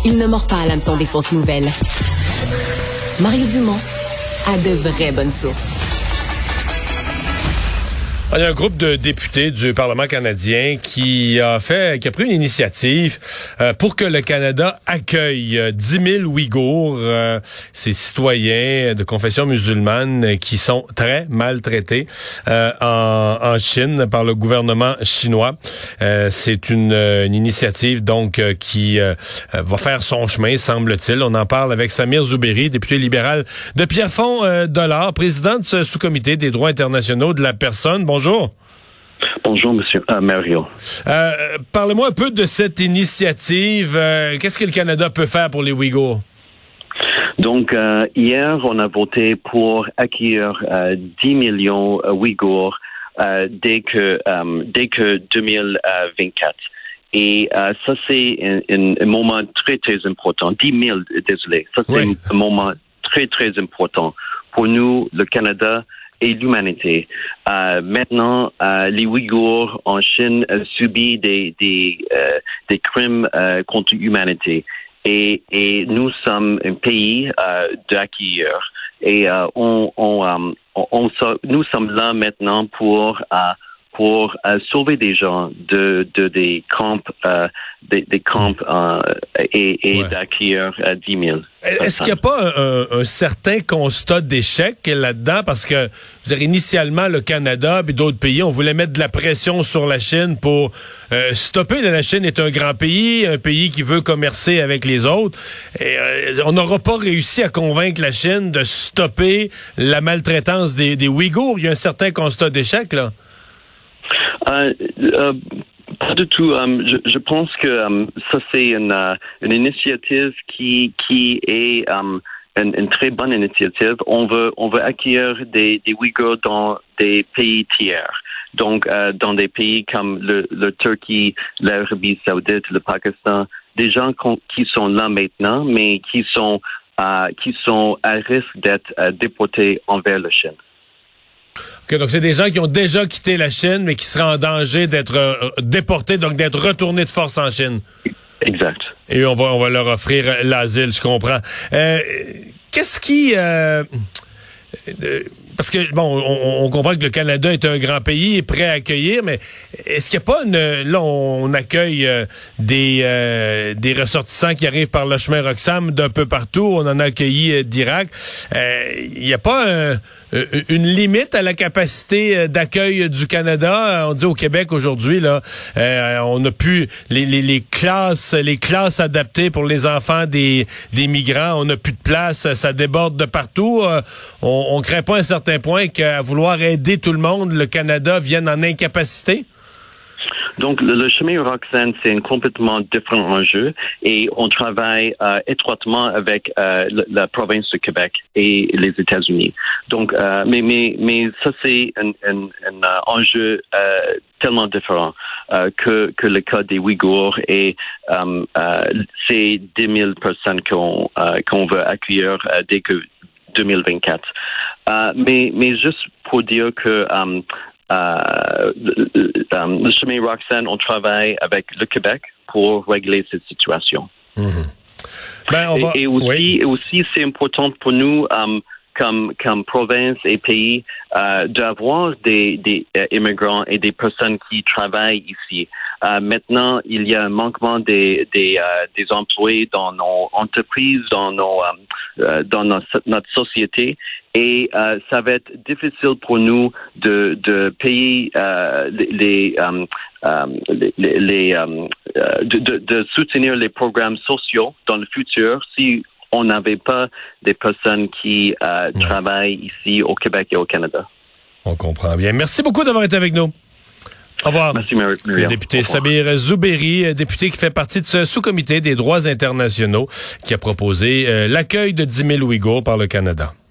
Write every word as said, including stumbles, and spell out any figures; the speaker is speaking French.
Il ne mord pas à l'hameçon des fausses nouvelles. Mario Dumont a de vraies bonnes sources. Il y a un groupe de députés du Parlement canadien qui a fait, qui a pris une initiative euh, pour que le Canada accueille euh, dix mille Ouïghours, euh, ces citoyens de confession musulmane euh, qui sont très maltraités euh, en, en Chine par le gouvernement chinois. Euh, c'est une, une initiative donc euh, qui euh, va faire son chemin, semble-t-il. On en parle avec Samir Zouberi, député libéral de Pierrefonds euh, Dollard, président de ce sous-comité des droits internationaux de la personne. Bonjour. Bonjour, Monsieur euh, Mario. Euh, parlez-moi un peu de cette initiative. Euh, qu'est-ce que le Canada peut faire pour les Ouïghours? Donc, euh, hier, on a voté pour accueillir euh, dix millions euh, Ouïghours euh, dès que euh, dès que deux mille vingt-quatre. Et euh, ça, c'est un, un, un moment très, très important. dix mille, désolé. Ça, c'est oui. un, un moment très, très important pour nous, le Canada et l'humanité. Euh, maintenant, euh, les Ouïghours en Chine euh, subissent des des euh, des crimes euh, contre l'humanité. Et et nous sommes un pays euh, d'accueilleurs. Et euh, on on, um, on on nous sommes là maintenant pour euh, pour euh, sauver des gens de de des camps euh, des, des camps euh, et, et ouais. d'accueillir euh, dix mille. Est-ce qu'il n'y a pas un, un, un certain constat d'échec là-dedans? Parce que, je veux dire, initialement, le Canada et d'autres pays, on voulait mettre de la pression sur la Chine pour euh, stopper. La Chine est un grand pays, un pays qui veut commercer avec les autres. Et, euh, on n'aura pas réussi à convaincre la Chine de stopper la maltraitance des, des Ouïghours. Il y a un certain constat d'échec, là. Euh, euh, pas du tout. Um, je, je pense que um, ça c'est une, uh, une initiative qui qui est um, une, une très bonne initiative. On veut on veut accueillir des, des Ouïghours dans des pays tiers. Donc euh, dans des pays comme le, le Turquie, l'Arabie Saoudite, le Pakistan, des gens qui sont là maintenant, mais qui sont uh, qui sont à risque d'être uh, déportés envers la Chine. Okay, donc c'est des gens qui ont déjà quitté la Chine, mais qui seraient en danger d'être euh, déportés, donc d'être retournés de force en Chine. Exact. Et on va on va leur offrir l'asile, je comprends. Euh, qu'est-ce qui... Euh, euh, parce que, bon, on, on comprend que le Canada est un grand pays, est prêt à accueillir, mais est-ce qu'il n'y a pas une... Là, on accueille euh, des euh, des ressortissants qui arrivent par le chemin Roxham d'un peu partout. On en a accueilli euh, d'Irak. Il n'y a pas euh, une limite à la capacité d'accueil du Canada? On dit au Québec aujourd'hui, là, euh, on n'a plus les, les, les classes les classes adaptées pour les enfants des, des migrants. On n'a plus de place, ça déborde de partout. Euh, on ne craint pas un certain point qu'à vouloir aider tout le monde, le Canada vienne en incapacité? Donc, le, le chemin Roxham, c'est un complètement différent enjeu et on travaille euh, étroitement avec euh, la, la province du Québec et les États-Unis. Donc, euh, mais, mais, mais ça, c'est un, un, un enjeu euh, tellement différent euh, que, que le cas des Ouïghours et euh, euh, c'est dix mille personnes qu'on, euh, qu'on veut accueillir euh, dès que deux mille vingt-quatre. Euh, mais, mais juste pour dire que um, euh, le, le, le chemin Roxham, on travaille avec le Québec pour régler cette situation. Mm-hmm. Ben, on va... et, et aussi, oui. aussi, c'est important pour nous, um, comme, comme province et pays, euh, d'avoir des, des euh, immigrants et des personnes qui travaillent ici. Euh, maintenant, il y a un manquement des, des, euh, des employés dans nos entreprises, dans, nos, euh, dans nos, notre société. Et euh, ça va être difficile pour nous de, de payer euh, les, les, euh, euh, les, les euh, de, de, de soutenir les programmes sociaux dans le futur si on n'avait pas des personnes qui euh, ouais. travaillent ici au Québec et au Canada. On comprend bien. Merci beaucoup d'avoir été avec nous. Au revoir. Merci, Mary. Le député Samir Zouberi, député qui fait partie de ce sous-comité des droits internationaux qui a proposé euh, l'accueil de dix mille Ouïghours par le Canada.